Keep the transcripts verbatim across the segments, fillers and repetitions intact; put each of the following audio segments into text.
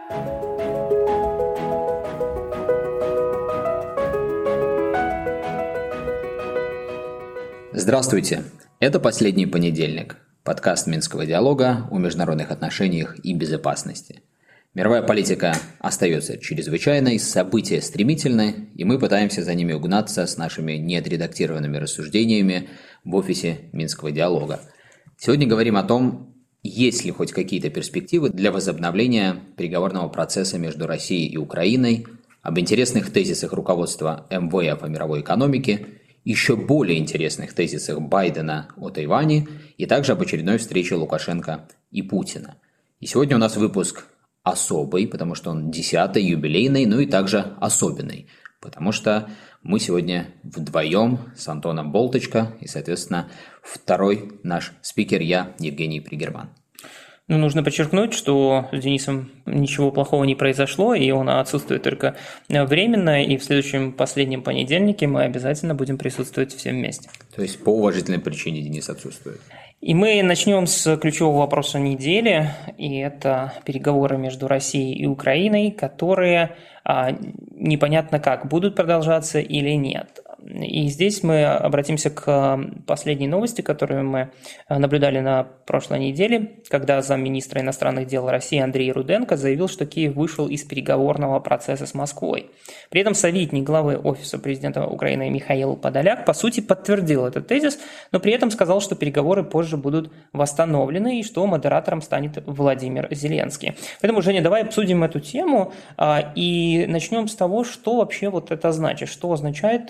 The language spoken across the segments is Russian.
Здравствуйте! Это «Последний понедельник» – подкаст Минского диалога о международных отношениях и безопасности. Мировая политика остается чрезвычайной, события стремительны, и мы пытаемся за ними угнаться с нашими неотредактированными рассуждениями в офисе Минского диалога. Сегодня говорим о том, есть ли хоть какие-то перспективы для возобновления переговорного процесса между Россией и Украиной, об интересных тезисах руководства эм вэ эф о мировой экономике, еще более интересных тезисах Байдена о Тайване и также об очередной встрече Лукашенко и Путина. И сегодня у нас выпуск особый, потому что он десятый, юбилейный, ну и также особенный, потому что мы сегодня вдвоем с Антоном Болточко и, соответственно, второй наш спикер, я, Евгений Пригерман. Ну, нужно подчеркнуть, что с Денисом ничего плохого не произошло, и он отсутствует только временно, и в следующем последнем понедельнике мы обязательно будем присутствовать все вместе. То есть по уважительной причине Денис отсутствует. И мы начнем с ключевого вопроса недели, и это переговоры между Россией и Украиной, которые а, непонятно как, будут продолжаться или нет. И здесь мы обратимся к последней новости, которую мы наблюдали на прошлой неделе, когда замминистра иностранных дел России Андрей Руденко заявил, что Киев вышел из переговорного процесса с Москвой. При этом советник главы Офиса президента Украины Михаил Подоляк по сути подтвердил этот тезис, но при этом сказал, что переговоры позже будут восстановлены и что модератором станет Владимир Зеленский. Поэтому, Женя, давай обсудим эту тему и начнем с того, что вообще вот это значит, что означает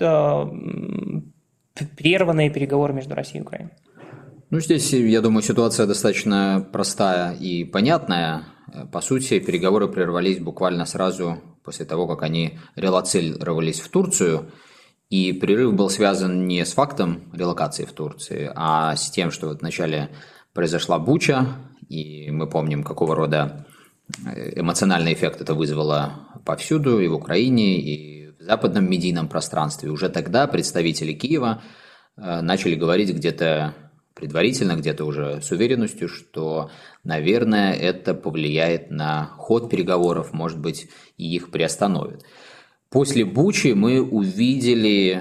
прерванные переговоры между Россией и Украиной. Ну, здесь, я думаю, ситуация достаточно простая и понятная. По сути, переговоры прервались буквально сразу после того, как они релоцировались в Турцию. И прерыв был связан не с фактом релокации в Турции, а с тем, что вот вначале произошла Буча, и мы помним, какого рода эмоциональный эффект это вызвало повсюду, и в Украине, и в западном медийном пространстве. Уже тогда представители Киева начали говорить где-то предварительно, где-то уже с уверенностью, что, наверное, это повлияет на ход переговоров, может быть, и их приостановит. После Бучи мы увидели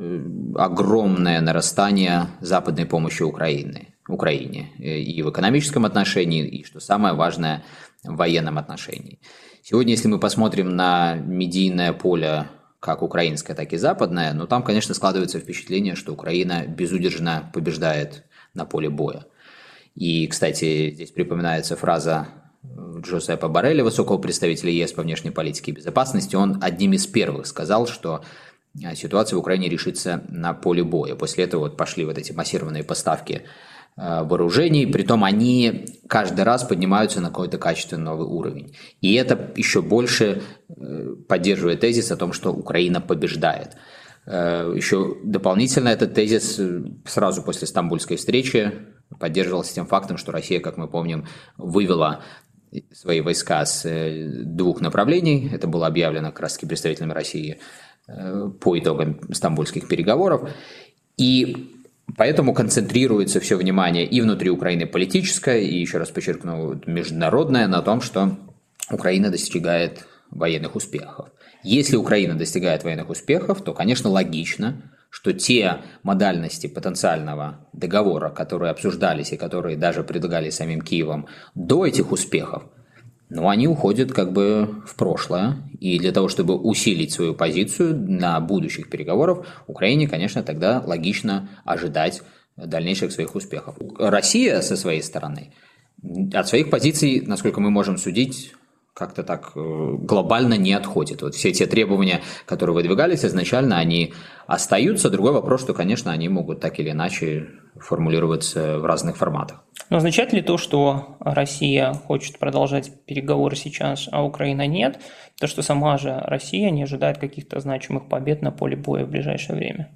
огромное нарастание западной помощи Украины, Украине и в экономическом отношении, и, что самое важное, в военном отношении. Сегодня, если мы посмотрим на медийное поле, как украинское, так и западное, но там, конечно, складывается впечатление, что Украина безудержно побеждает на поле боя. И, кстати, здесь припоминается фраза Джозепа Борреля, высокого представителя ЕС по внешней политике и безопасности. Он одним из первых сказал, что ситуация в Украине решится на поле боя. После этого вот пошли вот эти массированные поставки вооружений, притом они каждый раз поднимаются на какой-то качественный новый уровень. И это еще больше поддерживает тезис о том, что Украина побеждает. Еще дополнительно этот тезис сразу после Стамбульской встречи поддерживался тем фактом, что Россия, как мы помним, вывела свои войска с двух направлений. Это было объявлено как раз представителями России по итогам стамбульских переговоров. И поэтому концентрируется все внимание и внутри Украины политическое, и, еще раз подчеркну, международное на том, что Украина достигает военных успехов. Если Украина достигает военных успехов, то, конечно, логично, что те модальности потенциального договора, которые обсуждались и которые даже предлагали самим Киевом до этих успехов, но они уходят как бы в прошлое. И для того, чтобы усилить свою позицию на будущих переговорах, Украине, конечно, тогда логично ожидать дальнейших своих успехов. Россия, со своей стороны, от своих позиций, насколько мы можем судить, как-то так глобально не отходит. Вот все те требования, которые выдвигались изначально, они остаются. Другой вопрос, что, конечно, они могут так или иначе формулироваться в разных форматах. Но означает ли то, что Россия хочет продолжать переговоры сейчас, а Украина нет, то, что сама же Россия не ожидает каких-то значимых побед на поле боя в ближайшее время?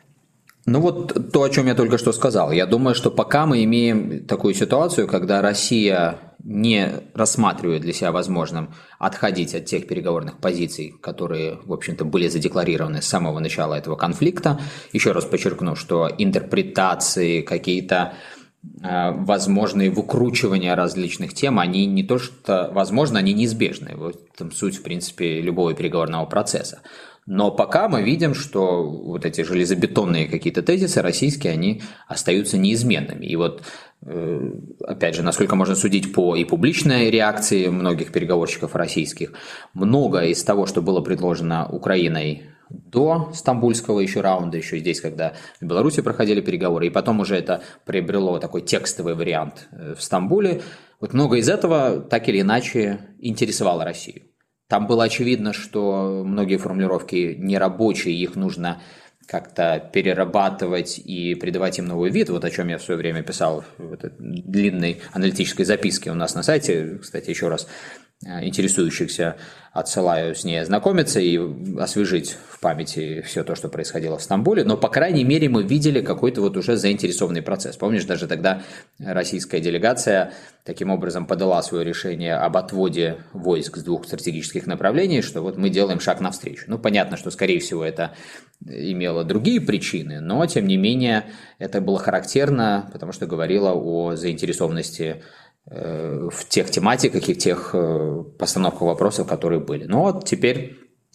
Ну вот то, о чем я только что сказал. Я думаю, что пока мы имеем такую ситуацию, когда Россия не рассматривает для себя возможным отходить от тех переговорных позиций, которые, в общем-то, были задекларированы с самого начала этого конфликта. Еще раз подчеркну, что интерпретации, какие-то возможные выкручивания различных тем, они не то что возможно, они неизбежны. В этом суть, в принципе, любого переговорного процесса. Но пока мы видим, что вот эти железобетонные какие-то тезисы российские, они остаются неизменными. И вот, опять же, насколько можно судить по и публичной реакции многих переговорщиков российских, многое из того, что было предложено Украиной до стамбульского еще раунда, еще здесь, когда в Беларуси проходили переговоры, и потом уже это приобрело такой текстовый вариант в Стамбуле, вот много из этого так или иначе интересовало Россию. Там было очевидно, что многие формулировки нерабочие, их нужно как-то перерабатывать и придавать им новый вид, вот о чем я в свое время писал в этой длинной аналитической записке у нас на сайте, кстати, еще раз интересующихся отсылаю с ней ознакомиться и освежить в памяти все то, что происходило в Стамбуле, но, по крайней мере, мы видели какой-то вот уже заинтересованный процесс. Помнишь, даже тогда российская делегация таким образом подала свое решение об отводе войск с двух стратегических направлений, что вот мы делаем шаг навстречу. Ну, понятно, что, скорее всего, это имело другие причины, но, тем не менее, это было характерно, потому что говорило о заинтересованности в тех тематиках и в тех постановках вопросов, которые были. Но вот теперь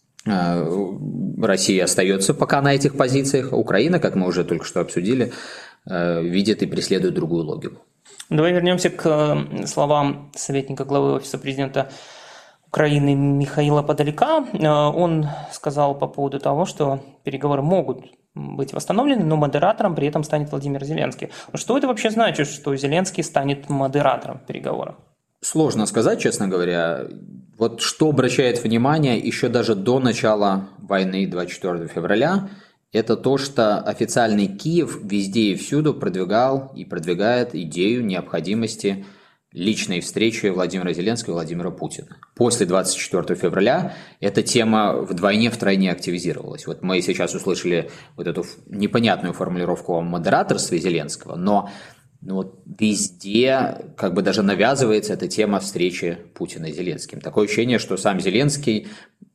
Россия остается пока на этих позициях, а Украина, как мы уже только что обсудили, видит и преследует другую логику. Давай вернемся к словам советника главы Офиса президента Украины Михаила Подоляка. Он сказал по поводу того, что переговоры могут быть восстановлены, но модератором при этом станет Владимир Зеленский. Что это вообще значит, что Зеленский станет модератором переговоров? Сложно сказать, честно говоря. Вот что обращает внимание еще даже до начала войны двадцать четвёртого февраля, это то, что официальный Киев везде и всюду продвигал и продвигает идею необходимости личной встречи Владимира Зеленского и Владимира Путина. После двадцать четвёртого февраля эта тема вдвойне-втройне активизировалась. Вот мы сейчас услышали вот эту непонятную формулировку о модераторстве Зеленского, но ну, вот везде как бы даже навязывается эта тема встречи Путина и Зеленским. Такое ощущение, что сам Зеленский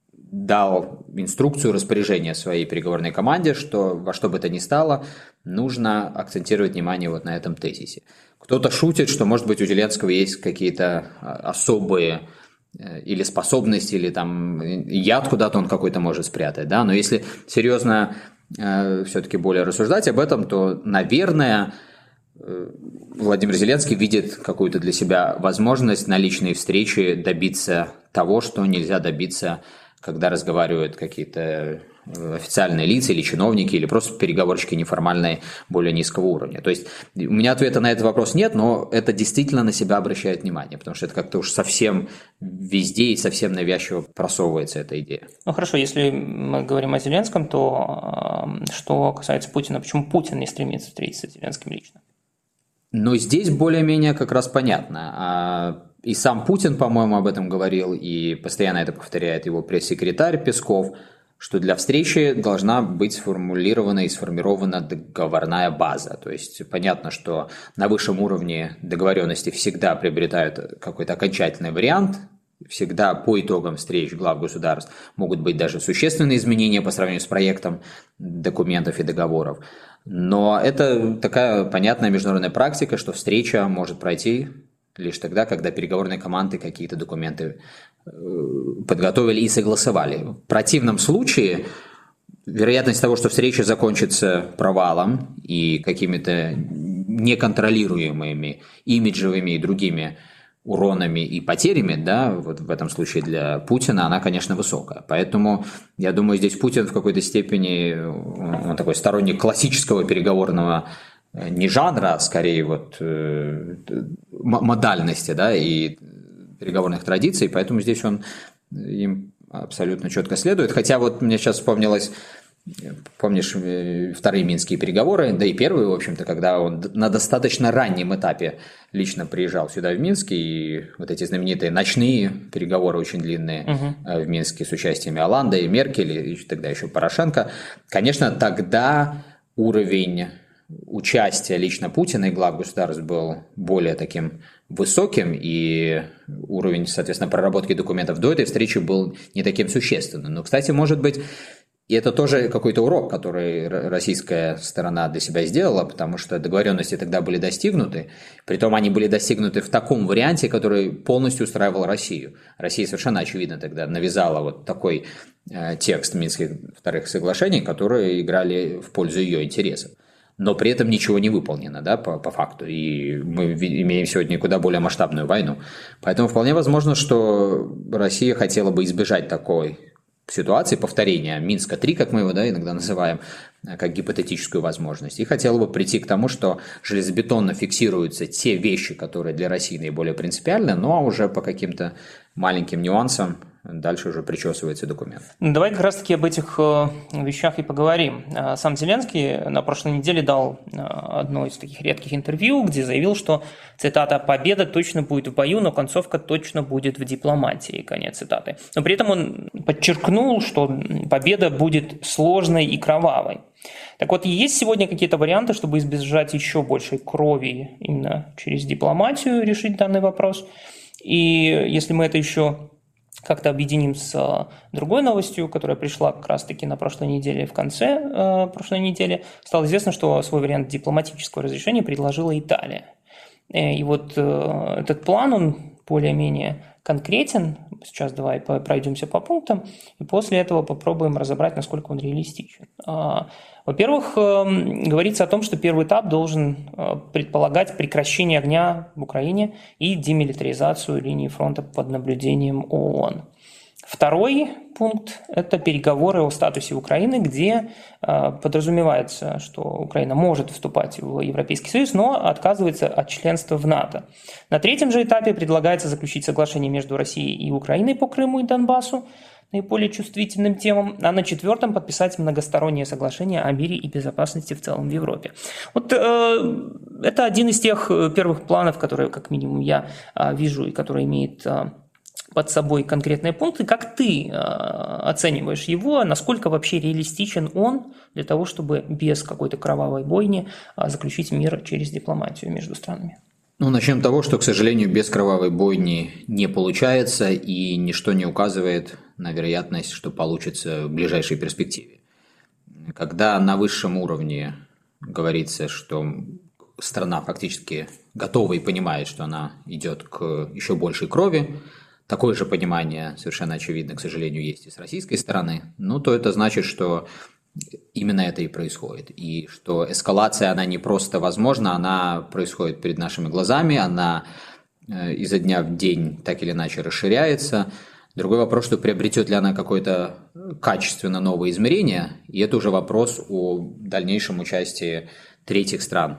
дал инструкцию, распоряжение своей переговорной команде, что во что бы то ни стало, нужно акцентировать внимание вот на этом тезисе. Кто-то шутит, что, может быть, у Зеленского есть какие-то особые или способности, или там яд куда-то он какой-то может спрятать, да, но если серьезно э, все-таки более рассуждать об этом, то, наверное, э, Владимир Зеленский видит какую-то для себя возможность на личной встрече добиться того, что нельзя добиться, когда разговаривают какие-то официальные лица или чиновники, или просто переговорщики неформальные более низкого уровня. То есть у меня ответа на этот вопрос нет, но это действительно на себя обращает внимание, потому что это как-то уж совсем везде и совсем навязчиво просовывается эта идея. Ну хорошо, если мы говорим о Зеленском, то что касается Путина, почему Путин не стремится встретиться с Зеленским лично? Ну здесь более-менее как раз понятно. И сам Путин, по-моему, об этом говорил, и постоянно это повторяет его пресс-секретарь Песков, что для встречи должна быть сформулирована и сформирована договорная база. То есть понятно, что на высшем уровне договоренности всегда приобретают какой-то окончательный вариант, всегда по итогам встреч глав государств могут быть даже существенные изменения по сравнению с проектом документов и договоров. Но это такая понятная международная практика, что встреча может пройти лишь тогда, когда переговорные команды какие-то документы подготовили и согласовали. В противном случае вероятность того, что встреча закончится провалом и какими-то неконтролируемыми имиджевыми и другими уронами и потерями, да, вот в этом случае для Путина, она, конечно, высокая. Поэтому, я думаю, здесь Путин в какой-то степени, он такой сторонник классического переговорного не жанра, а скорее вот э, модальности, да, и переговорных традиций, поэтому здесь он им абсолютно четко следует. Хотя вот мне сейчас вспомнилось, помнишь, вторые минские переговоры, да и первые, в общем-то, когда он на достаточно раннем этапе лично приезжал сюда в Минск, и вот эти знаменитые ночные переговоры очень длинные uh-huh. в Минске с участием Олланды, Меркель и тогда еще Порошенко, конечно, тогда уровень участия лично Путина и глав государств был более таким высоким, и уровень, соответственно, проработки документов до этой встречи был не таким существенным. Но, кстати, может быть, И это тоже какой-то урок, который российская сторона для себя сделала, потому что договоренности тогда были достигнуты, притом они были достигнуты в таком варианте, который полностью устраивал Россию. Россия совершенно очевидно тогда навязала вот такой э, текст Минских вторых соглашений, которые играли в пользу ее интересов. Но при этом ничего не выполнено, да, по, по факту. И мы имеем сегодня куда более масштабную войну. Поэтому вполне возможно, что Россия хотела бы избежать такой ситуации повторения Минска три, как мы его, да, иногда называем, как гипотетическую возможность. И хотела бы прийти к тому, что железобетонно фиксируются те вещи, которые для России наиболее принципиальны, но уже по каким-то маленьким нюансам дальше уже причесывается документ. Давай как раз-таки об этих вещах и поговорим. Сам Зеленский на прошлой неделе дал одно из таких редких интервью, где заявил, что, цитата, «победа точно будет в бою, но концовка точно будет в дипломатии», конец цитаты. Но при этом он подчеркнул, что победа будет сложной и кровавой. Так вот, есть сегодня какие-то варианты, чтобы избежать еще большей крови именно через дипломатию решить данный вопрос? И если мы это еще как-то объединим с другой новостью, которая пришла как раз-таки на прошлой неделе, в конце э, прошлой недели, стало известно, что свой вариант дипломатического разрешения предложила Италия. И вот э, этот план, он более-менее конкретен. Сейчас давай пройдемся по пунктам, и после этого попробуем разобрать, насколько он реалистичен. Во-первых, говорится о том, что первый этап должен предполагать прекращение огня в Украине и демилитаризацию линии фронта под наблюдением ООН. Второй пункт – это переговоры о статусе Украины, где э, подразумевается, что Украина может вступать в Европейский Союз, но отказывается от членства в НАТО. На третьем же этапе предлагается заключить соглашение между Россией и Украиной по Крыму и Донбассу, наиболее чувствительным темам, а на четвертом подписать многостороннее соглашение о мире и безопасности в целом в Европе. Вот э, это один из тех первых планов, которые, как минимум, я э, вижу и который имеет э, под собой конкретные пункты. Как ты э, оцениваешь его, насколько вообще реалистичен он для того, чтобы без какой-то кровавой бойни э, заключить мир через дипломатию между странами? Ну, начнем с того, что, к сожалению, без кровавой бойни не получается, и ничто не указывает на вероятность, что получится в ближайшей перспективе. Когда на высшем уровне говорится, что страна фактически готова и понимает, что она идет к еще большей крови, такое же понимание, совершенно очевидно, к сожалению, есть и с российской стороны, ну, то это значит, что именно это и происходит. И что эскалация, она не просто возможна, она происходит перед нашими глазами, она изо дня в день так или иначе расширяется. Другой вопрос, что приобретет ли она какое-то качественно новое измерение, и это уже вопрос о дальнейшем участии третьих стран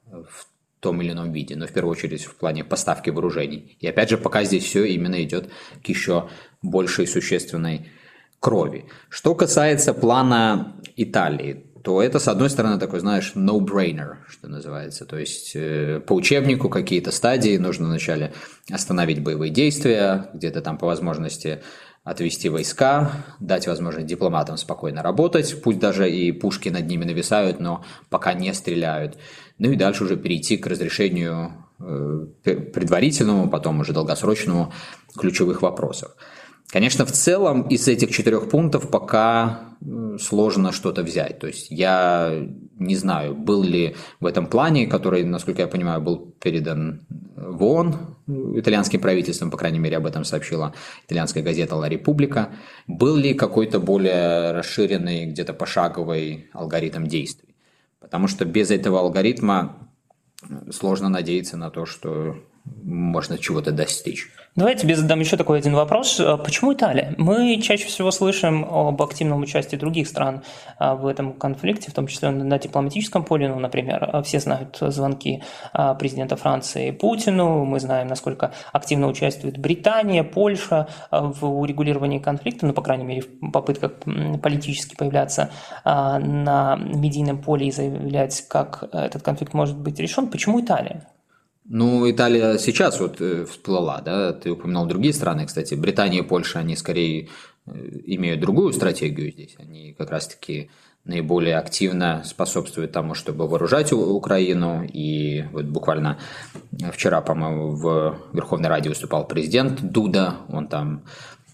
в том или ином виде, но в первую очередь в плане поставки вооружений. И опять же, пока здесь все именно идет к еще большей существенной крови. Что касается плана Италии, то это, с одной стороны, такой, знаешь, no-brainer, что называется. То есть э, по учебнику какие-то стадии нужно вначале остановить боевые действия, где-то там по возможности отвести войска, дать возможность дипломатам спокойно работать, пусть даже и пушки над ними нависают, но пока не стреляют. Ну и дальше уже перейти к разрешению э, предварительному, потом уже долгосрочному ключевых вопросов. Конечно, в целом из этих четырех пунктов пока сложно что-то взять. То есть я не знаю, был ли в этом плане, который, насколько я понимаю, был передан в ООН итальянским правительством, по крайней мере, об этом сообщила итальянская газета «Ла Република», был ли какой-то более расширенный, где-то пошаговый алгоритм действий. Потому что без этого алгоритма сложно надеяться на то, что можно чего-то достичь. Давай я тебе задам еще такой один вопрос. Почему Италия? Мы чаще всего слышим об активном участии других стран в этом конфликте, в том числе на дипломатическом поле. Ну, например, все знают звонки президента Франции Путину. Мы знаем, насколько активно участвует Британия, Польша в урегулировании конфликта, ну, по крайней мере, в попытках политически появляться на медийном поле и заявлять, как этот конфликт может быть решен. Почему Италия? Ну, Италия сейчас вот всплыла, да, ты упоминал другие страны, кстати, Британия и Польша, они скорее имеют другую стратегию здесь, они как раз-таки наиболее активно способствуют тому, чтобы вооружать Украину, и вот буквально вчера, по-моему, в Верховной Раде выступал президент Дуда, он там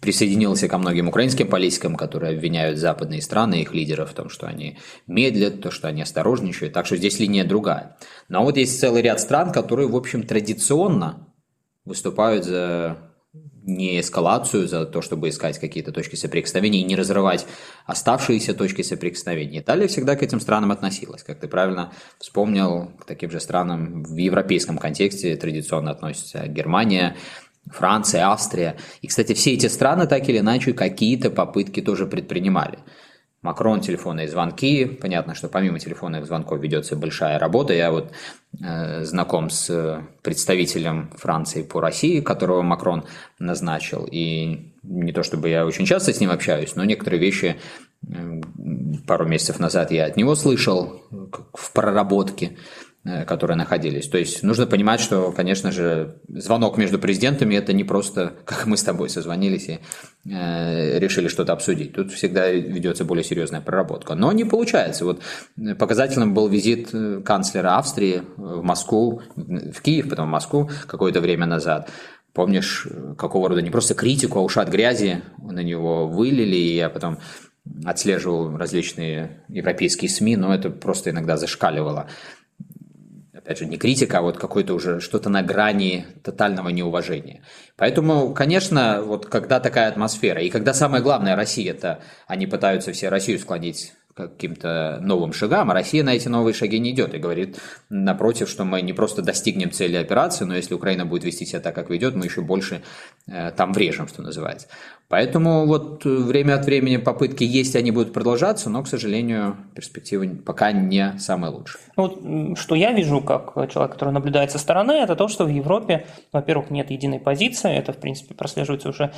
присоединился ко многим украинским политикам, которые обвиняют западные страны, их лидеров в том, что они медлят, то, что они осторожничают. Так что здесь линия другая. Но вот есть целый ряд стран, которые, в общем, традиционно выступают за не эскалацию, за то, чтобы искать какие-то точки соприкосновения и не разрывать оставшиеся точки соприкосновения. Италия всегда к этим странам относилась. Как ты правильно вспомнил, к таким же странам в европейском контексте традиционно относятся Германия, Франция, Австрия. И, кстати, все эти страны так или иначе какие-то попытки тоже предпринимали. Макрон, телефонные звонки. Понятно, что помимо телефонных звонков ведется большая работа. Я вот э, знаком с представителем Франции по России, которого Макрон назначил. И не то чтобы я очень часто с ним общаюсь, но некоторые вещи э, пару месяцев назад я от него слышал в проработке, которые находились. То есть нужно понимать, что, конечно же, звонок между президентами – это не просто, как мы с тобой созвонились и э, решили что-то обсудить. Тут всегда ведется более серьезная проработка. Но не получается. Вот показательным был визит канцлера Австрии в Москву, в Киев, потом в Москву какое-то время назад. Помнишь, какого рода не просто критику, а ушат грязи на него вылили, и я потом отслеживал различные европейские СМИ, но это просто иногда зашкаливало. Опять же, не критика, а вот какое-то уже что-то на грани тотального неуважения. Поэтому, конечно, вот когда такая атмосфера, и когда самое главное, Россия-то, они пытаются все Россию склонить к каким-то новым шагам, а Россия на эти новые шаги не идет и говорит, напротив, что мы не просто достигнем цели операции, но если Украина будет вести себя так, как ведет, мы еще больше э, там врежем, что называется. Поэтому вот время от времени попытки есть, они будут продолжаться, но, к сожалению, перспективы пока не самые лучшие. Вот, что я вижу, как человек, который наблюдает со стороны, это то, что в Европе, во-первых, нет единой позиции, это, в принципе, прослеживается уже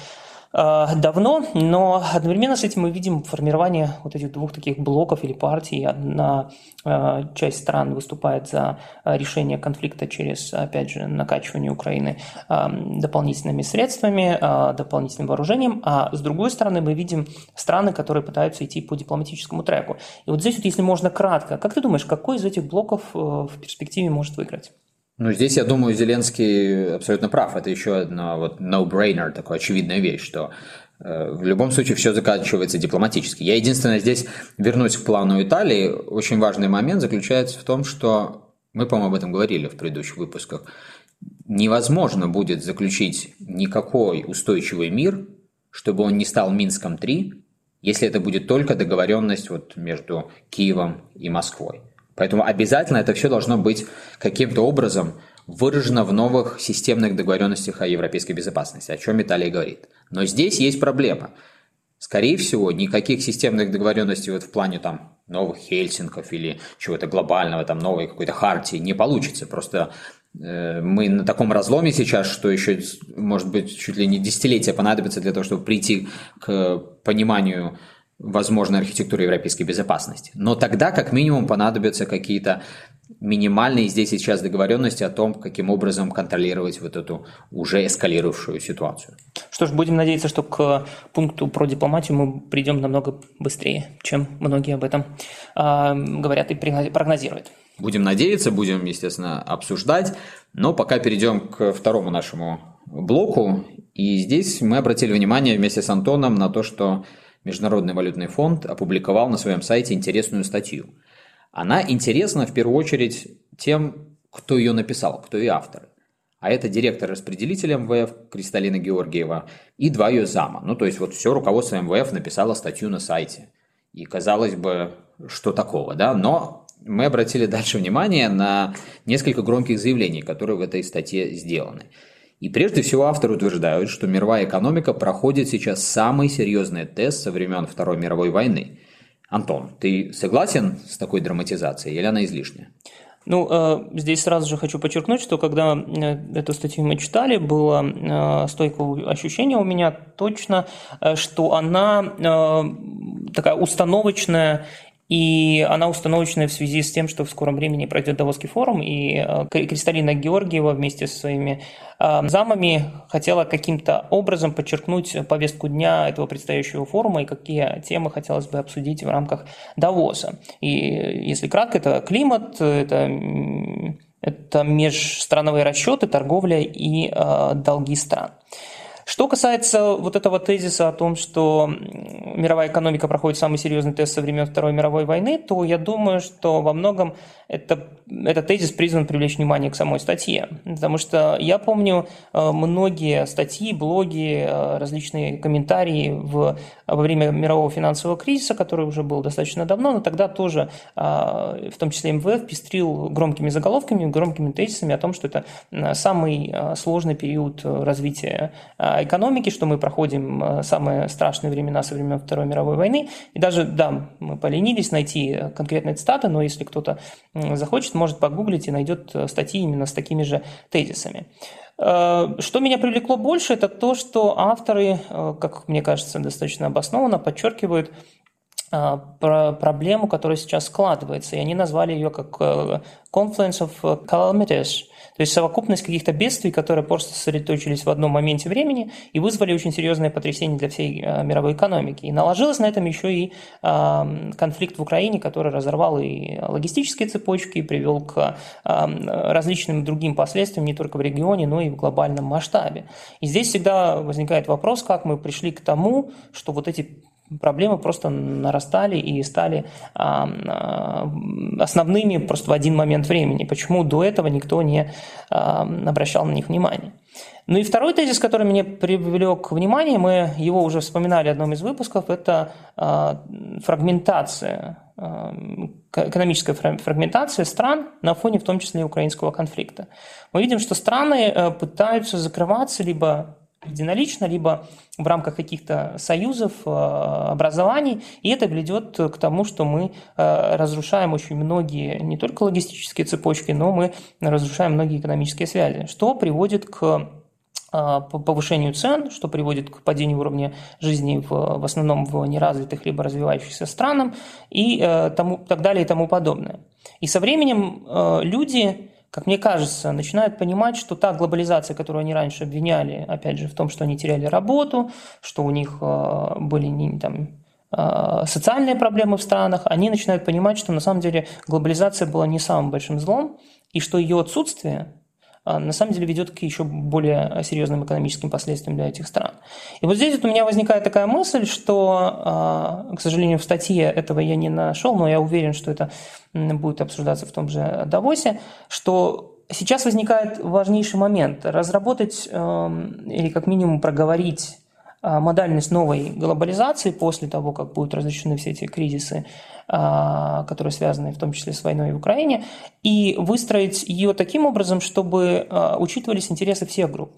давно, но одновременно с этим мы видим формирование вот этих двух таких блоков или партий. Одна часть стран выступает за решение конфликта через, опять же, накачивание Украины дополнительными средствами, дополнительным вооружением, а с другой стороны мы видим страны, которые пытаются идти по дипломатическому треку. И вот здесь вот, если можно кратко, как ты думаешь, какой из этих блоков в перспективе может выиграть? Ну, здесь, я думаю, Зеленский абсолютно прав. Это еще одна вот no-brainer, такая очевидная вещь, что э, в любом случае все заканчивается дипломатически. Я единственное здесь вернусь к плану Италии. Очень важный момент заключается в том, что мы, по-моему, об этом говорили в предыдущих выпусках. Невозможно будет заключить никакой устойчивый мир, чтобы он не стал Минском три, если это будет только договоренность вот между Киевом и Москвой. Поэтому обязательно это все должно быть каким-то образом выражено в новых системных договоренностях о европейской безопасности, о чем Италия говорит. Но здесь есть проблема. Скорее всего, никаких системных договоренностей вот в плане там новых Хельсинков или чего-то глобального, там новой какой-то хартии не получится. Просто э, мы на таком разломе сейчас, что еще, может быть, чуть ли не десятилетия понадобится для того, чтобы прийти к пониманию возможной архитектуры европейской безопасности. Но тогда, как минимум, понадобятся какие-то минимальные здесь и сейчас договоренности о том, каким образом контролировать вот эту уже эскалировавшую ситуацию. Что ж, будем надеяться, что к пункту про дипломатию мы придем намного быстрее, чем многие об этом э, говорят и прогнозируют. Будем надеяться, будем, естественно, обсуждать, но пока перейдем к второму нашему блоку. И здесь мы обратили внимание вместе с Антоном на то, что Международный валютный фонд опубликовал на своем сайте интересную статью. Она интересна в первую очередь тем, кто ее написал, кто ее автор. А это директор распределителя эм вэ эф Кристалина Георгиева и два ее зама. Ну, то есть, вот все руководство эм вэ эф написало статью на сайте. И казалось бы, что такого, да? Но мы обратили дальше внимание на несколько громких заявлений, которые в этой статье сделаны. И прежде всего авторы утверждают, что мировая экономика проходит сейчас самый серьезный тест со времен Второй мировой войны. Антон, ты согласен с такой драматизацией или она излишняя? Ну, здесь сразу же хочу подчеркнуть, что когда эту статью мы читали, было стойкое ощущение у меня точно, что она такая установочная, и она установочная в связи с тем, что в скором времени пройдет Давосский форум, и Кристалина Георгиева вместе со своими замами хотела каким-то образом подчеркнуть повестку дня этого предстоящего форума и какие темы хотелось бы обсудить в рамках Давоса. И если кратко, это климат, это, это межстрановые расчеты, торговля и долги стран. Что касается вот этого тезиса о том, что мировая экономика проходит самый серьезный тест со времен Второй мировой войны, то я думаю, что во многом это, этот тезис призван привлечь внимание к самой статье. Потому что я помню многие статьи, блоги, различные комментарии в, во время мирового финансового кризиса, который уже был достаточно давно, но тогда тоже, в том числе эм вэ эф, пестрил громкими заголовками, громкими тезисами о том, что это самый сложный период развития экономики, что мы проходим самые страшные времена со времен Второй мировой войны. И даже, да, мы поленились найти конкретные цитаты, но если кто-то захочет, может погуглить и найдет статьи именно с такими же тезисами. Что меня привлекло больше, это то, что авторы, как мне кажется, достаточно обоснованно подчеркивают про проблему, которая сейчас складывается, и они назвали ее как confluence of calamities, то есть совокупность каких-то бедствий, которые просто сосредоточились в одном моменте времени и вызвали очень серьезное потрясение для всей мировой экономики. И наложилось на этом еще и конфликт в Украине, который разорвал и логистические цепочки, и привел к различным другим последствиям не только в регионе, но и в глобальном масштабе. И здесь всегда возникает вопрос, как мы пришли к тому, что вот эти проблемы просто нарастали и стали а, а, основными просто в один момент времени. Почему до этого никто не а, обращал на них внимания? Ну и второй тезис, который меня привлек внимание, мы его уже вспоминали в одном из выпусков, это а, фрагментация, а, экономическая фрагментация стран на фоне в том числе и украинского конфликта. Мы видим, что страны пытаются закрываться либо единолично, либо в рамках каких-то союзов, образований, и это ведет к тому, что мы разрушаем очень многие, не только логистические цепочки, но мы разрушаем многие экономические связи, что приводит к повышению цен, что приводит к падению уровня жизни в, в основном в неразвитых либо развивающихся странах и тому, так далее и тому подобное. И со временем люди, как мне кажется, начинают понимать, что та глобализация, которую они раньше обвиняли, опять же, в том, что они теряли работу, что у них были не, там, социальные проблемы в странах, они начинают понимать, что на самом деле глобализация была не самым большим злом, и что ее отсутствие на самом деле ведет к еще более серьезным экономическим последствиям для этих стран. И вот здесь вот у меня возникает такая мысль, что, к сожалению, в статье этого я не нашел, но я уверен, что это будет обсуждаться в том же Давосе, что сейчас возникает важнейший момент – разработать или как минимум проговорить модальность новой глобализации после того, как будут разрешены все эти кризисы, которые связаны в том числе с войной в Украине, и выстроить ее таким образом, чтобы учитывались интересы всех групп.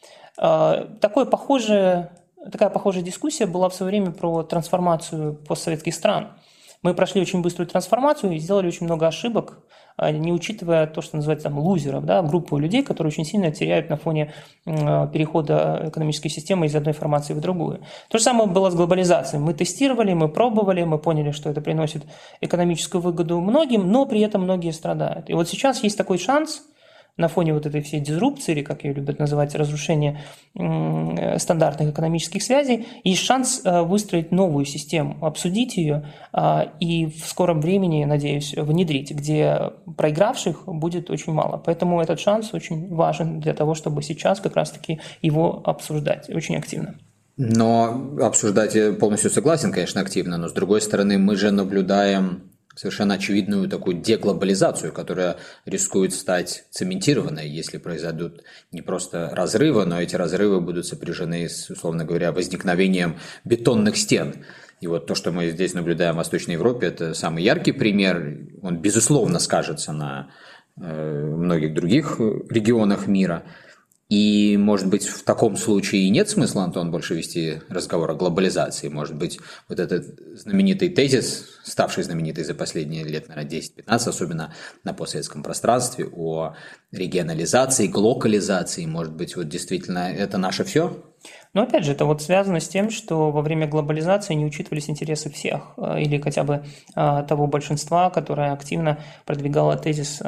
Такое похожее, такая похожая дискуссия была в свое время про трансформацию постсоветских стран. Мы прошли очень быструю трансформацию и сделали очень много ошибок, не учитывая то, что называется там лузеров, да, группу людей, которые очень сильно теряют на фоне перехода экономической системы из одной формации в другую. То же самое было с глобализацией. Мы тестировали, мы пробовали, мы поняли, что это приносит экономическую выгоду многим, но при этом многие страдают. И вот сейчас есть такой шанс на фоне вот этой всей дизрупции, или, как ее любят называть, разрушения стандартных экономических связей, есть шанс выстроить новую систему, обсудить ее и в скором времени, надеюсь, внедрить, где проигравших будет очень мало. Поэтому этот шанс очень важен для того, чтобы сейчас как раз-таки его обсуждать очень активно. Но обсуждать я полностью согласен, конечно, активно, но с другой стороны мы же наблюдаем совершенно очевидную такую деглобализацию, которая рискует стать цементированной, если произойдут не просто разрывы, но эти разрывы будут сопряжены с, условно говоря, возникновением бетонных стен. И вот то, что мы здесь наблюдаем в Восточной Европе, это самый яркий пример. Он, безусловно, скажется на э, многих других регионах мира. И, может быть, в таком случае и нет смысла, Антон, больше вести разговор о глобализации. Может быть, вот этот знаменитый тезис, ставший знаменитый за последние лет, наверное, десять-пятнадцать, особенно на постсоветском пространстве, о регионализации, глокализации, может быть, вот действительно это наше все? Но опять же, это вот связано с тем, что во время глобализации не учитывались интересы всех, или хотя бы того большинства, которое активно продвигало тезис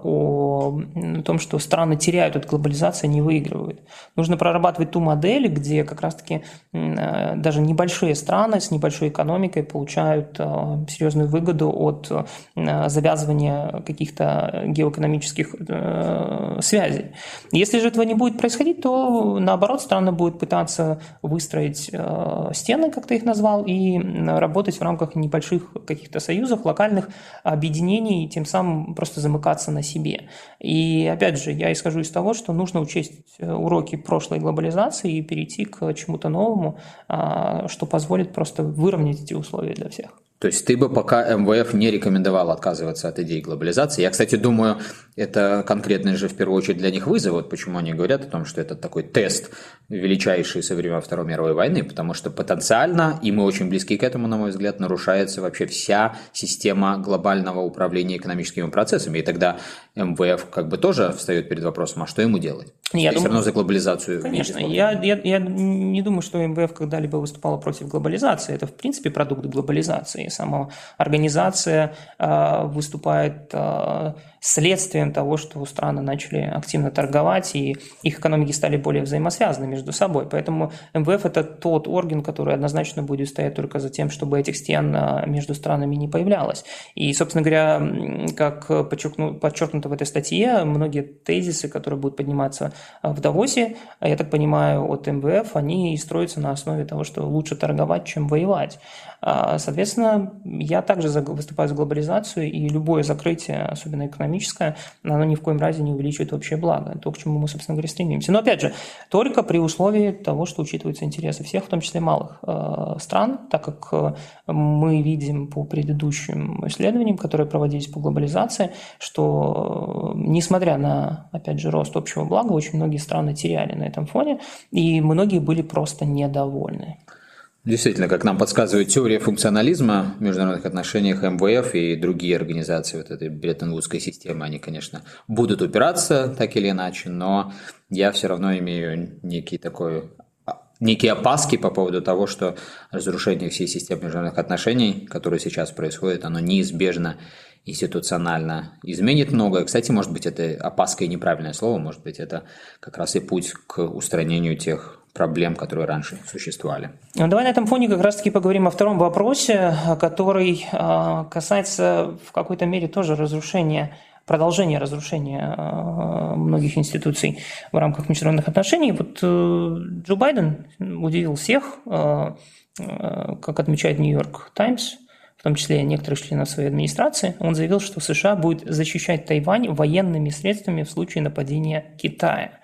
о том, что страны теряют от глобализации, не выигрывают. Нужно прорабатывать ту модель, где как раз-таки даже небольшие страны с небольшой экономикой получают серьезную выгоду от завязывания каких-то геоэкономических связей. Если же этого не будет происходить, то наоборот страны будут пытаться пытаться выстроить э, стены, как ты их назвал, и работать в рамках небольших каких-то союзов, локальных объединений, и тем самым просто замыкаться на себе. И опять же, я исхожу из того, что нужно учесть уроки прошлой глобализации и перейти к чему-то новому, э, что позволит просто выровнять эти условия для всех. То есть ты бы пока эм вэ эф не рекомендовал отказываться от идеи глобализации. Я, кстати, думаю, это конкретно же в первую очередь для них вызов. Вот почему они говорят о том, что это такой тест величайший со времен Второй мировой войны, потому что потенциально, и мы очень близки к этому, на мой взгляд, нарушается вообще вся система глобального управления экономическими процессами. И тогда эм вэ эф как бы тоже встает перед вопросом, а что ему делать? Я все равно за глобализацию. Конечно, я, я, я не думаю, что эм вэ эф когда-либо выступала против глобализации. Это, в принципе, продукт глобализации. Сама организация э, выступает э, следствием того, что страны начали активно торговать, и их экономики стали более взаимосвязаны между собой. Поэтому эм вэ эф – это тот орган, который однозначно будет стоять только за тем, чтобы этих стен между странами не появлялось. И, собственно говоря, как подчеркну, подчеркнуто в этой статье, многие тезисы, которые будут подниматься в Давосе, я так понимаю, от эм вэ эф, они строятся на основе того, что лучше торговать, чем воевать. Соответственно, я также выступаю за глобализацию, и любое закрытие, особенно экономическое, оно ни в коем разе не увеличивает общее благо. То, к чему мы, собственно говоря, стремимся. Но, опять же, только при условии того, что учитываются интересы всех, в том числе малых э, стран, так как мы видим по предыдущим исследованиям, которые проводились по глобализации, что, несмотря на, опять же, рост общего блага, очень многие страны теряли на этом фоне, и многие были просто недовольны. Действительно, как нам подсказывает теория функционализма в международных отношениях, эм вэ эф и другие организации вот этой Бреттон-Вудской системы, они, конечно, будут упираться так или иначе, но я все равно имею некий такой, некие опаски по поводу того, что разрушение всей системы международных отношений, которое сейчас происходит, оно неизбежно институционально изменит многое. Кстати, может быть, это опаска и неправильное слово, может быть, это как раз и путь к устранению тех проблем, которые раньше существовали. Давай на этом фоне как раз-таки поговорим о втором вопросе, который касается в какой-то мере тоже разрушения, продолжения разрушения многих институций в рамках международных отношений. Вот Джо Байден удивил всех, как отмечает Нью-Йорк Таймс, в том числе некоторых членов своей администрации. Он заявил, что США будет защищать Тайвань военными средствами в случае нападения Китая.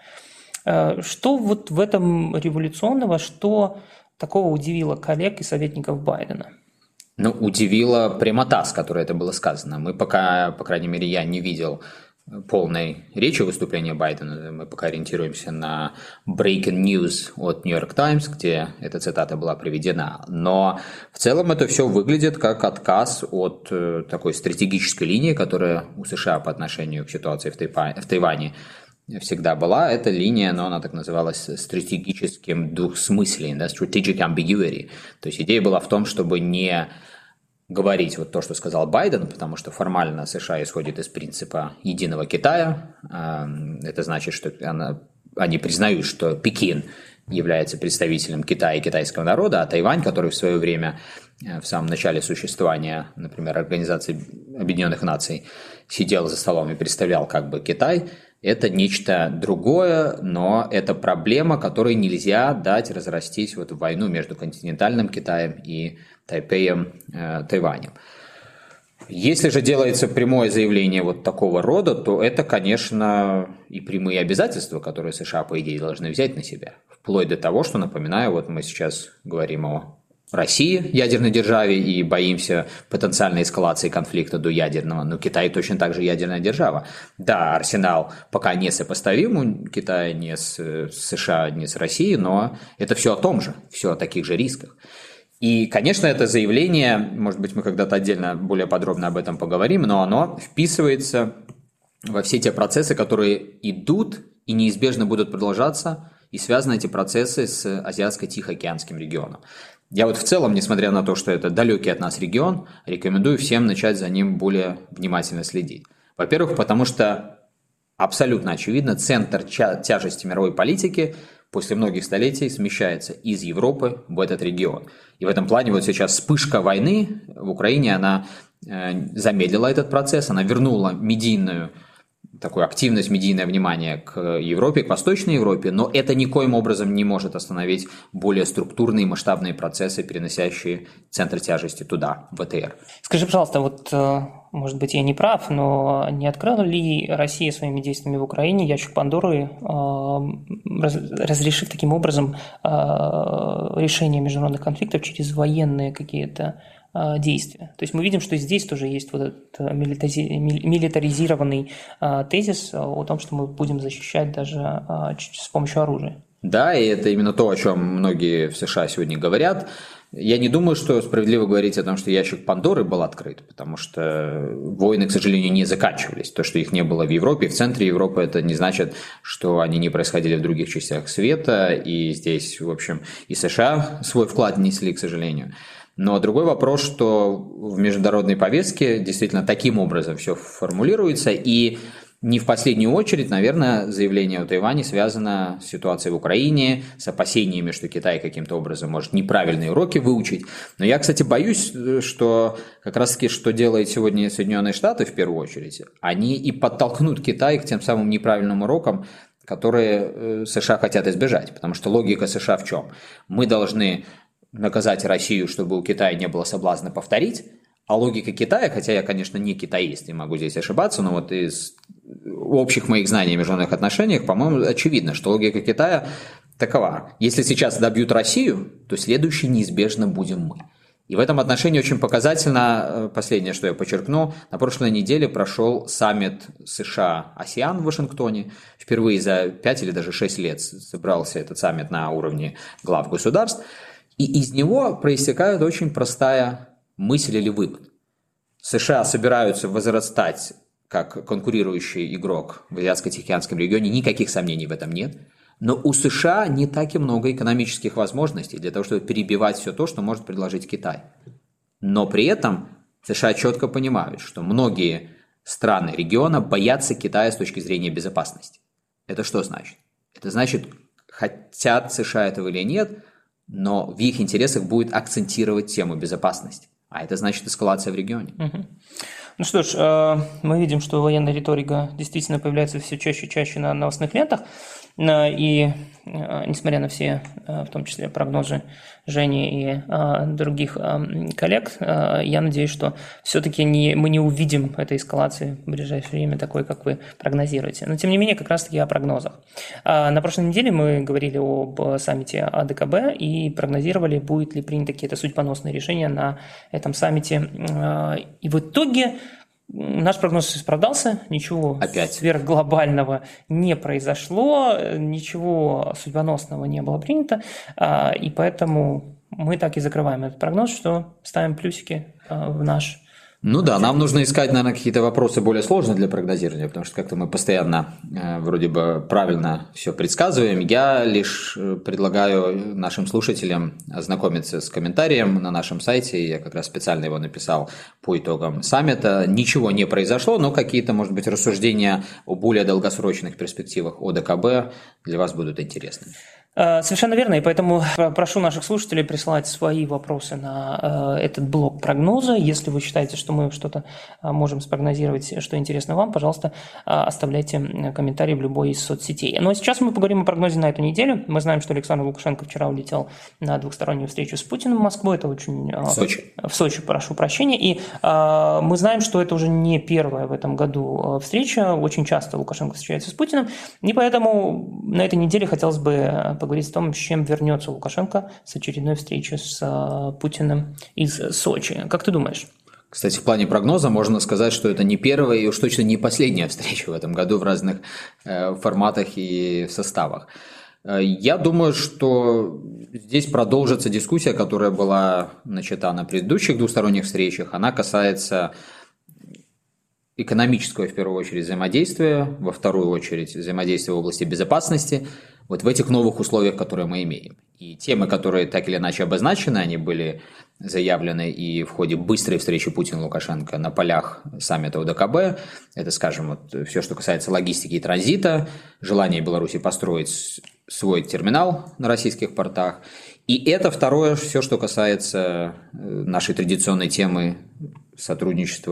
Что вот в этом революционного, что такого удивило коллег и советников Байдена? Ну, удивила прямота, с которой это было сказано. Мы пока, по крайней мере, я не видел полной речи выступления Байдена. Мы пока ориентируемся на breaking news от New York Times, где эта цитата была приведена. Но в целом это все выглядит как отказ от такой стратегической линии, которая у США по отношению к ситуации в Тайване всегда была. Эта линия, но она так называлась стратегическим двусмыслием, да, strategic ambiguity. То есть идея была в том, чтобы не говорить вот то, что сказал Байден, потому что формально США исходит из принципа единого Китая. Это значит, что она, они признают, что Пекин является представителем Китая и китайского народа, а Тайвань, который в свое время, в самом начале существования, например, Организации Объединенных Наций, сидел за столом и представлял как бы Китай, это нечто другое, но это проблема, которой нельзя дать разрастись вот в войну между континентальным Китаем и Тайпеем, э, Тайванем. Если же делается прямое заявление вот такого рода, то это, конечно, и прямые обязательства, которые США, по идее, должны взять на себя. Вплоть до того, что, напоминаю, вот мы сейчас говорим о России, ядерной державе, и боимся потенциальной эскалации конфликта до ядерного, но Китай точно так же ядерная держава. Да, арсенал пока не сопоставим у Китая ни с США, ни с Россией, но это все о том же, все о таких же рисках. И, конечно, это заявление, может быть, мы когда-то отдельно более подробно об этом поговорим, но оно вписывается во все те процессы, которые идут и неизбежно будут продолжаться, и связаны эти процессы с Азиатско-Тихоокеанским регионом. Я вот в целом, несмотря на то, что это далекий от нас регион, рекомендую всем начать за ним более внимательно следить. Во-первых, потому что абсолютно очевидно, центр тяжести мировой политики после многих столетий смещается из Европы в этот регион. И в этом плане вот сейчас вспышка войны в Украине, она замедлила этот процесс, она вернула медийную такую активность, медийное внимание к Европе, к Восточной Европе, но это никоим образом не может остановить более структурные масштабные процессы, переносящие центр тяжести туда, в ВТР. Скажи, пожалуйста, вот, может быть, я не прав, но не открыла ли Россия своими действиями в Украине ящик Пандоры, разрешив таким образом решение международных конфликтов через военные какие-то действия? То есть мы видим, что здесь тоже есть вот этот милитаризированный тезис о том, что мы будем защищать даже с помощью оружия. Да, и это именно то, о чем многие в США сегодня говорят. Я не думаю, что справедливо говорить о том, что ящик Пандоры был открыт, потому что войны, к сожалению, не заканчивались. То, что их не было в Европе, в центре Европы, это не значит, что они не происходили в других частях света, и здесь, в общем, и США свой вклад внесли, к сожалению. Но другой вопрос, что в международной повестке действительно таким образом все формулируется, и не в последнюю очередь, наверное, заявление о Тайване связано с ситуацией в Украине, с опасениями, что Китай каким-то образом может неправильные уроки выучить. Но я, кстати, боюсь, что как раз-таки, что делает сегодня Соединенные Штаты в первую очередь, они и подтолкнут Китай к тем самым неправильным урокам, которые США хотят избежать. Потому что логика США в чем? Мы должны наказать Россию, чтобы у Китая не было соблазна повторить, а логика Китая, хотя я, конечно, не китаист и могу здесь ошибаться, но вот из общих моих знаний о международных отношениях, по-моему, очевидно, что логика Китая такова. Если сейчас добьют Россию, то следующий неизбежно будем мы. И в этом отношении очень показательно, последнее, что я подчеркну, на прошлой неделе прошел саммит США-АСЕАН в Вашингтоне. Впервые за пять или даже шесть лет собрался этот саммит на уровне глав государств. И из него проистекает очень простая мысль или вывод. США собираются возрастать как конкурирующий игрок в Азиатско-Тихоокеанском регионе, никаких сомнений в этом нет. Но у США не так и много экономических возможностей для того, чтобы перебивать все то, что может предложить Китай. Но при этом США четко понимают, что многие страны региона боятся Китая с точки зрения безопасности. Это что значит? Это значит, хотят США этого или нет, но в их интересах будет акцентировать тему безопасности. А это значит эскалация в регионе. Угу. Ну что ж, мы видим, что военная риторика действительно появляется все чаще и чаще на новостных лентах. И несмотря на все, в том числе прогнозы Жени и других коллег, я надеюсь, что все-таки не, мы не увидим этой эскалации в ближайшее время такой, как вы прогнозируете. Но тем не менее, как раз-таки о прогнозах. На прошлой неделе мы говорили об саммите АДКБ и прогнозировали, будет ли принято какие-то судьбоносные решения на этом саммите. И в итоге наш прогноз оправдался, ничего Опять. сверхглобального не произошло, ничего судьбоносного не было принято, и поэтому мы так и закрываем этот прогноз, что ставим плюсики в наш. Ну да, нам нужно искать, наверное, какие-то вопросы более сложные для прогнозирования, потому что как-то мы постоянно э, вроде бы правильно все предсказываем. Я лишь предлагаю нашим слушателям ознакомиться с комментарием на нашем сайте. Я как раз специально его написал по итогам саммита. Ничего не произошло, но какие-то, может быть, рассуждения о более долгосрочных перспективах ОДКБ для вас будут интересны. Совершенно верно, и поэтому прошу наших слушателей присылать свои вопросы на этот блок прогноза. Если вы считаете, что мы что-то можем спрогнозировать, что интересно вам, пожалуйста, оставляйте комментарии в любой из соцсетей. Ну а сейчас мы поговорим о прогнозе на эту неделю. Мы знаем, что Александр Лукашенко вчера улетел на двухстороннюю встречу с Путиным в Москву. Это очень... В Сочи. В Сочи, прошу прощения. И мы знаем, что это уже не первая в этом году встреча. Очень часто Лукашенко встречается с Путиным. И поэтому на этой неделе хотелось бы поговорить о том, с чем вернется Лукашенко с очередной встречи с Путиным из Сочи. Как ты думаешь? Кстати, в плане прогноза можно сказать, что это не первая и уж точно не последняя встреча в этом году в разных э, форматах и составах. Я думаю, что здесь продолжится дискуссия, которая была начата на предыдущих двусторонних встречах. Она касается экономического, в первую очередь, взаимодействия, во вторую очередь, взаимодействия в области безопасности, вот в этих новых условиях, которые мы имеем. И темы, которые так или иначе обозначены, они были заявлены и в ходе быстрой встречи Путина-Лукашенко на полях саммита ОДКБ. Это, скажем, вот все, что касается логистики и транзита, желание Беларуси построить свой терминал на российских портах. И это второе, все, что касается нашей традиционной темы сотрудничества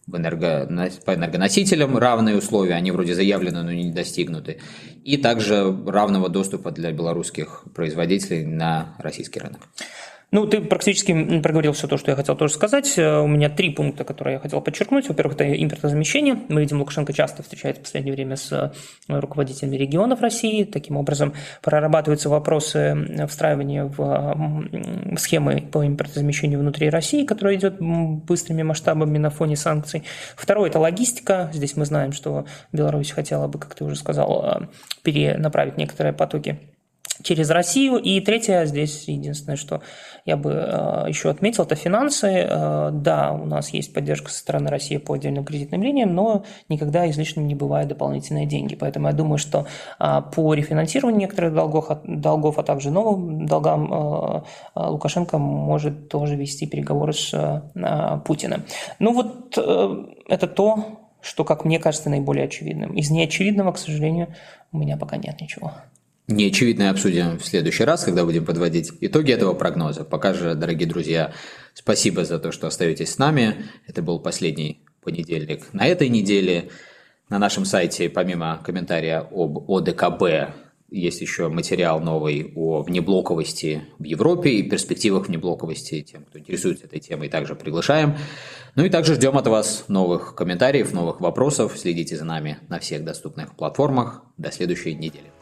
в энерго... по энергоносителям равные условия, они вроде заявлены, но не достигнуты, и также равного доступа для белорусских производителей на российский рынок. Ну, ты практически проговорил все то, что я хотел тоже сказать. У меня три пункта, которые я хотел подчеркнуть. Во-первых, это импортозамещение. Мы видим, Лукашенко часто встречается в последнее время с руководителями регионов России. Таким образом, прорабатываются вопросы встраивания в схемы по импортозамещению внутри России, которая идет быстрыми масштабами на фоне санкций. Второе – это логистика. Здесь мы знаем, что Беларусь хотела бы, как ты уже сказал, перенаправить некоторые потоки через Россию. И третье, здесь единственное, что я бы э, еще отметил, это финансы. Э, да, у нас есть поддержка со стороны России по отдельным кредитным линиям, но никогда излишним не бывает дополнительные деньги. Поэтому я думаю, что э, по рефинансированию некоторых долгов, долгов, а также новым долгам э, Лукашенко может тоже вести переговоры с э, Путиным. Ну вот э, это то, что, как мне кажется, наиболее очевидным. Из неочевидного, к сожалению, у меня пока нет ничего. Неочевидное обсудим в следующий раз, когда будем подводить итоги этого прогноза. Пока же, дорогие друзья, спасибо за то, что остаетесь с нами. Это был последний понедельник на этой неделе. На нашем сайте, помимо комментария об ОДКБ, есть еще материал новый о внеблоковости в Европе и перспективах внеблоковости. Тем, кто интересуется этой темой, также приглашаем. Ну и также ждем от вас новых комментариев, новых вопросов. Следите за нами на всех доступных платформах. До следующей недели.